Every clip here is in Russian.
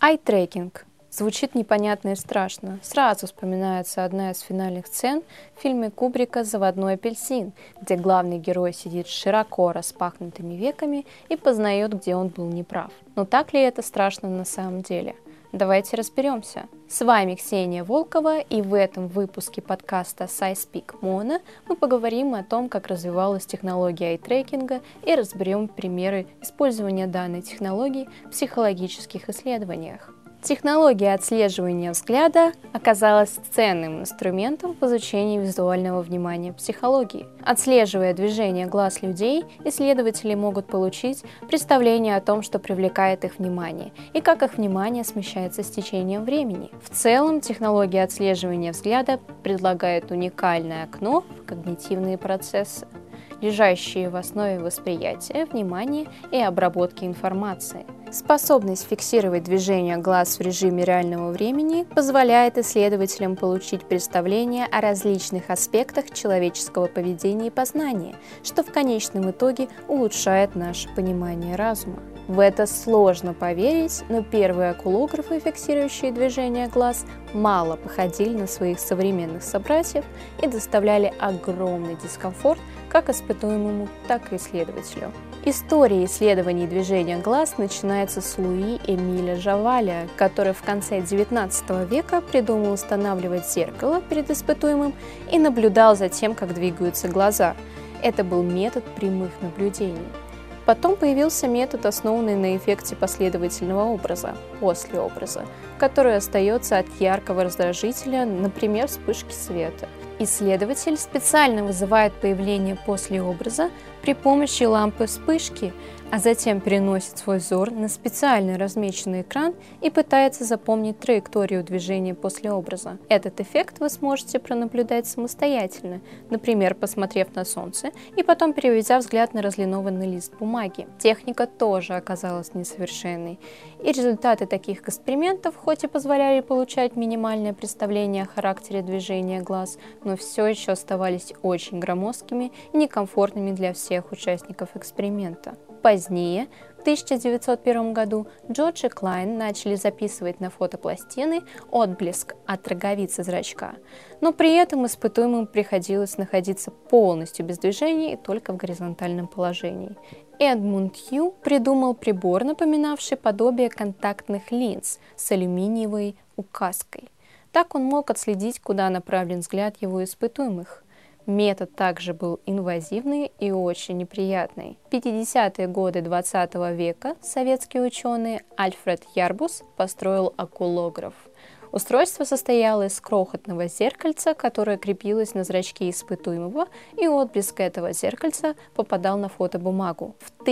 Ай-трекинг. Звучит непонятно и страшно. Сразу вспоминается одна из финальных сцен в фильме Кубрика «Заводной апельсин», где главный герой сидит с широко распахнутыми веками и познает, где он был неправ. Но так ли это страшно на самом деле? Давайте разберемся. С вами Ксения Волкова, и в этом выпуске подкаста SciSpeak Mono мы поговорим о том, как развивалась технология ай-трекинга и разберем примеры использования данной технологии в психологических исследованиях. Технология отслеживания взгляда оказалась ценным инструментом в изучении визуального внимания психологии. Отслеживая движение глаз людей, исследователи могут получить представление о том, что привлекает их внимание, и как их внимание смещается с течением времени. В целом, технология отслеживания взгляда предлагает уникальное окно в когнитивные процессы, лежащие в основе восприятия, внимания и обработки информации. Способность фиксировать движение глаз в режиме реального времени позволяет исследователям получить представление о различных аспектах человеческого поведения и познания, что в конечном итоге улучшает наше понимание разума. В это сложно поверить, но первые окулографы, фиксирующие движение глаз, мало походили на своих современных собратьев и доставляли огромный дискомфорт как испытуемому, так и исследователю. История исследований движения глаз начинается с Луи Эмиля Жаваля, который в конце XIX века придумал устанавливать зеркало перед испытуемым и наблюдал за тем, как двигаются глаза. Это был метод прямых наблюдений. Потом появился метод, основанный на эффекте последовательного образа, послеобраза, который остается от яркого раздражителя, например, вспышки света. Исследователь специально вызывает появление послеобраза при помощи лампы вспышки, а затем переносит свой взор на специально размеченный экран и пытается запомнить траекторию движения послеобраза. Этот эффект вы сможете пронаблюдать самостоятельно, например, посмотрев на солнце и потом переведя взгляд на разлинованный лист бумаги. Техника тоже оказалась несовершенной, и результаты таких экспериментов хоть и позволяли получать минимальное представление о характере движения глаз, но все еще оставались очень громоздкими и некомфортными для всех участников эксперимента. Позднее, в 1901 году, Джордж и Клайн начали записывать на фотопластины отблеск от роговицы зрачка, но при этом испытуемым приходилось находиться полностью без движения и только в горизонтальном положении. Эдмунд Хью придумал прибор, напоминавший подобие контактных линз с алюминиевой указкой. Так он мог отследить, куда направлен взгляд его испытуемых. Метод также был инвазивный и очень неприятный. В 50-е годы XX века советский ученый Альфред Ярбус построил окулограф. Устройство состояло из крохотного зеркальца, которое крепилось на зрачке испытуемого, и отблеск этого зеркальца попадал на фотобумагу. В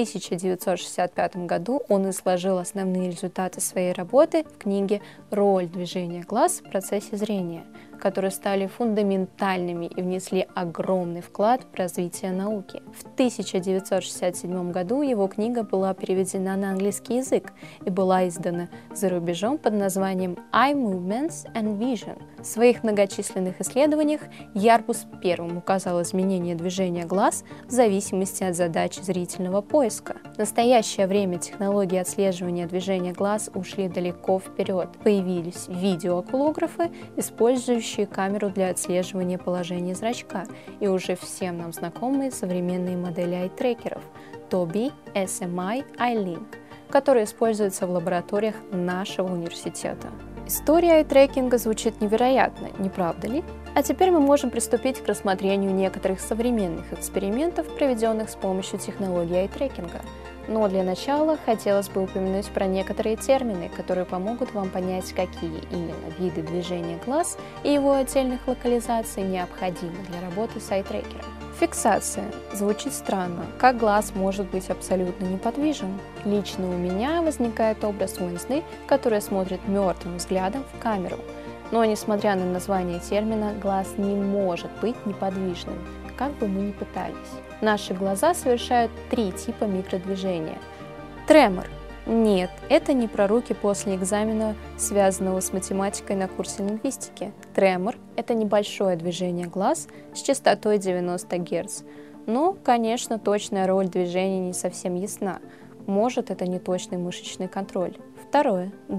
1965 году он изложил основные результаты своей работы в книге «Роль движения глаз в процессе зрения», которые стали фундаментальными и внесли огромный вклад в развитие науки. В 1967 году его книга была переведена на английский язык и была издана за рубежом под названием Eye Movements and Vision. В своих многочисленных исследованиях Ярбус первым указал изменение движения глаз в зависимости от задачи зрительного поиска. В настоящее время технологии отслеживания движения глаз ушли далеко вперед. Появились видеоокулографы, использующие камеру для отслеживания положения зрачка, и уже всем нам знакомые современные модели ай-трекеров Tobii, SMI, iLink, которые используются в лабораториях нашего университета. История ай-трекинга звучит невероятно, не правда ли? А теперь мы можем приступить к рассмотрению некоторых современных экспериментов, проведенных с помощью технологии ай-трекинга. Но для начала хотелось бы упомянуть про некоторые термины, которые помогут вам понять, какие именно виды движения глаз и его отдельных локализаций необходимы для работы с ай-трекером. Фиксация. Звучит странно. Как глаз может быть абсолютно неподвижен? Лично у меня возникает образ Уинсны, которая смотрит мертвым взглядом в камеру. Но, несмотря на название термина, глаз не может быть неподвижным, как бы мы ни пытались. Наши глаза совершают 3 типа микродвижения. Тремор. Нет, это не про руки после экзамена, связанного с математикой на курсе лингвистики. Тремор – это небольшое движение глаз с частотой 90 Гц. Но, конечно, точная роль движения не совсем ясна. Может, это неточный мышечный контроль. Второе. Дрейф.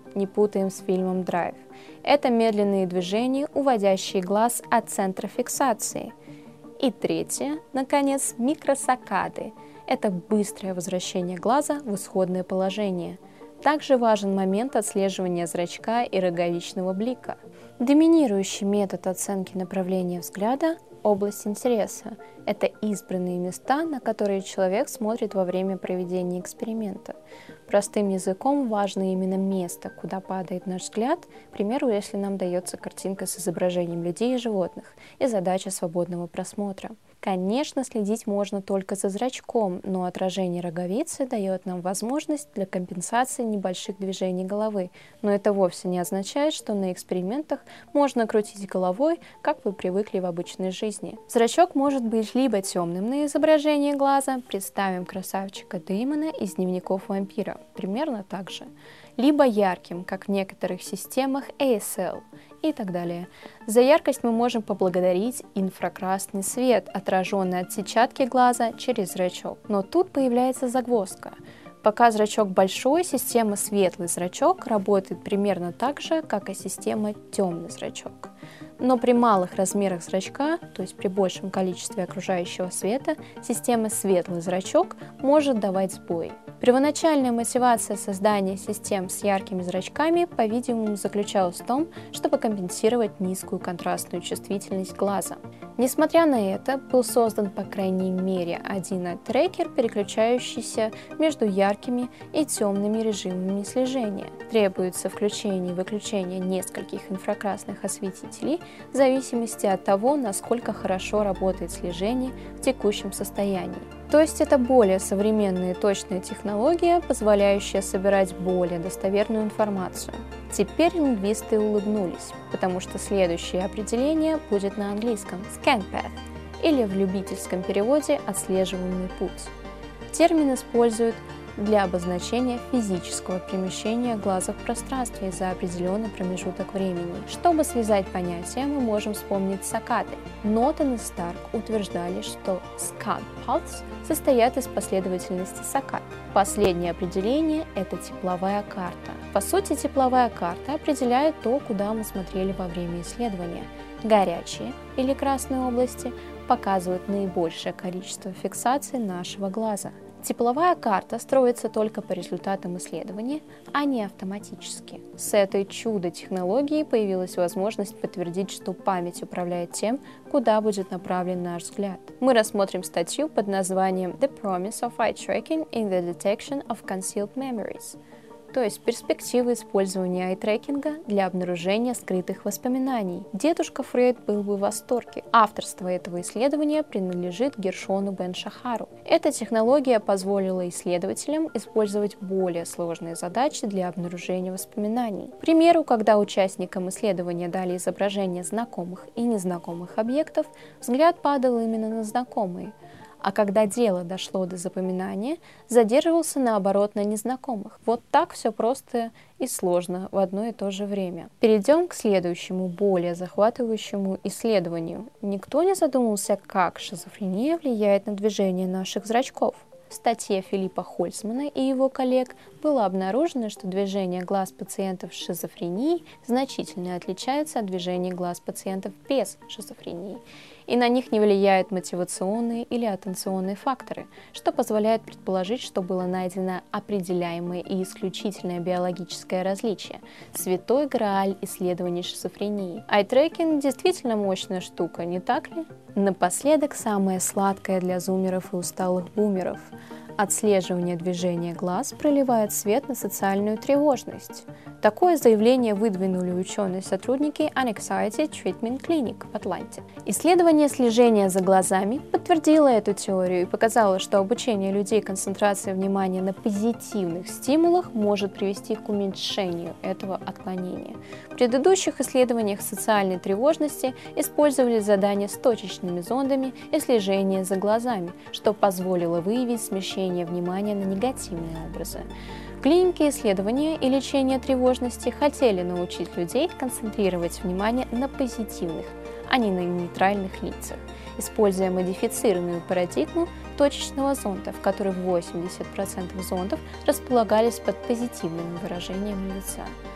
не путаем с фильмом «Драйв». Это медленные движения, уводящие глаз от центра фиксации. И третье, наконец, микросаккады. Это быстрое возвращение глаза в исходное положение. Также важен момент отслеживания зрачка и роговичного блика. Доминирующий метод оценки направления взгляда – область интереса. Это избранные места, на которые человек смотрит во время проведения эксперимента. Простым языком важно именно место, куда падает наш взгляд, к примеру, если нам дается картинка с изображением людей и животных, и задача свободного просмотра. Конечно, следить можно только за зрачком, но отражение роговицы дает нам возможность для компенсации небольших движений головы, но это вовсе не означает, что на экспериментах можно крутить головой, как вы привыкли в обычной жизни. Зрачок может быть либо темным на изображении глаза, представим красавчика Дэймона из «Дневников вампира», примерно так же, либо ярким, как в некоторых системах ASL и так далее. За яркость мы можем поблагодарить инфракрасный свет, отраженный от сетчатки глаза через зрачок. Но тут появляется загвоздка. Пока зрачок большой, система светлый зрачок работает примерно так же, как и система темный зрачок. Но при малых размерах зрачка, то есть при большем количестве окружающего света, система светлый зрачок может давать сбой. Первоначальная мотивация создания систем с яркими зрачками, по-видимому, заключалась в том, чтобы компенсировать низкую контрастную чувствительность глаза. Несмотря на это, был создан по крайней мере один ай-трекер, переключающийся между яркими и темными режимами слежения. Требуется включение и выключение нескольких инфракрасных осветителей в зависимости от того, насколько хорошо работает слежение в текущем состоянии. То есть это более современная и точная технология, позволяющая собирать более достоверную информацию. Теперь лингвисты улыбнулись, потому что следующее определение будет на английском scan path, или в любительском переводе «отслеживаемый путь». Термин используют для обозначения физического перемещения глаза в пространстве за определенный промежуток времени. Чтобы связать понятия, мы можем вспомнить саккады. Нотон и Старк утверждали, что scan paths состоят из последовательности саккад. Последнее определение – это тепловая карта. По сути, тепловая карта определяет то, куда мы смотрели во время исследования. Горячие или красные области показывают наибольшее количество фиксаций нашего глаза. Тепловая карта строится только по результатам исследования, а не автоматически. С этой чудо-технологией появилась возможность подтвердить, что память управляет тем, куда будет направлен наш взгляд. Мы рассмотрим статью под названием «The Promise of Eye Tracking in the Detection of Concealed Memories», то есть перспективы использования ай-трекинга для обнаружения скрытых воспоминаний. Дедушка Фрейд был бы в восторге. Авторство этого исследования принадлежит Гершону Бен-Шахару. Эта технология позволила исследователям использовать более сложные задачи для обнаружения воспоминаний. К примеру, когда участникам исследования дали изображение знакомых и незнакомых объектов, взгляд падал именно на знакомые, а когда дело дошло до запоминания, задерживался наоборот на незнакомых. Вот так все просто и сложно в одно и то же время. Перейдем к следующему, более захватывающему исследованию. Никто не задумался, как шизофрения влияет на движение наших зрачков. В статье Филиппа Хольцмана и его коллег было обнаружено, что движение глаз пациентов с шизофренией значительно отличается от движения глаз пациентов без шизофрении, и на них не влияют мотивационные или атtenционные факторы, что позволяет предположить, что было найдено определяемое и исключительное биологическое различие – святой грааль исследований шизофрении. Ай-трекинг действительно мощная штука, не так ли? Напоследок самое сладкое для зумеров и усталых бумеров. Отслеживание движения глаз проливает свет на социальную тревожность. Такое заявление выдвинули ученые-сотрудники Anxiety Treatment Clinic в Атланте. Исследование слежения за глазами подтвердило эту теорию и показало, что обучение людей концентрации внимания на позитивных стимулах может привести к уменьшению этого отклонения. В предыдущих исследованиях социальной тревожности использовали задания с точечными зондами и слежение за глазами, что позволило выявить смещение внимания на негативные образы. В клинике исследования и лечения тревожности хотели научить людей концентрировать внимание на позитивных, а не на нейтральных лицах, используя модифицированную парадигму точечного зонда, в которой 80% зондов располагались под позитивным выражением лица.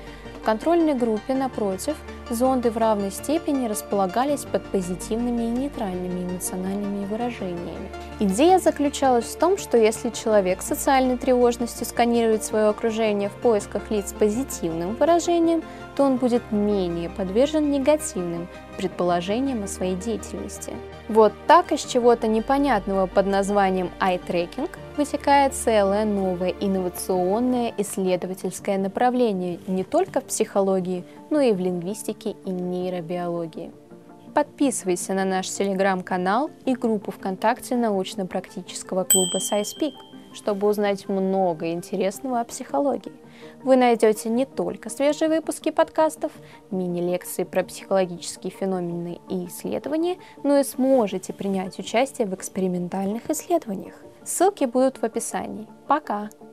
В контрольной группе, напротив, зонды в равной степени располагались под позитивными и нейтральными эмоциональными выражениями. Идея заключалась в том, что если человек с социальной тревожностью сканирует свое окружение в поисках лиц с позитивным выражением, то он будет менее подвержен негативным предположениям о своей деятельности. Вот так из чего-то непонятного под названием eye-tracking вытекает целое новое инновационное исследовательское направление не только в психологии, но и в лингвистике и нейробиологии. Подписывайся на наш телеграм-канал и группу ВКонтакте научно-практического клуба SciSpeak, чтобы узнать много интересного о психологии. Вы найдете не только свежие выпуски подкастов, мини-лекции про психологические феномены и исследования, но и сможете принять участие в экспериментальных исследованиях. Ссылки будут в описании. Пока!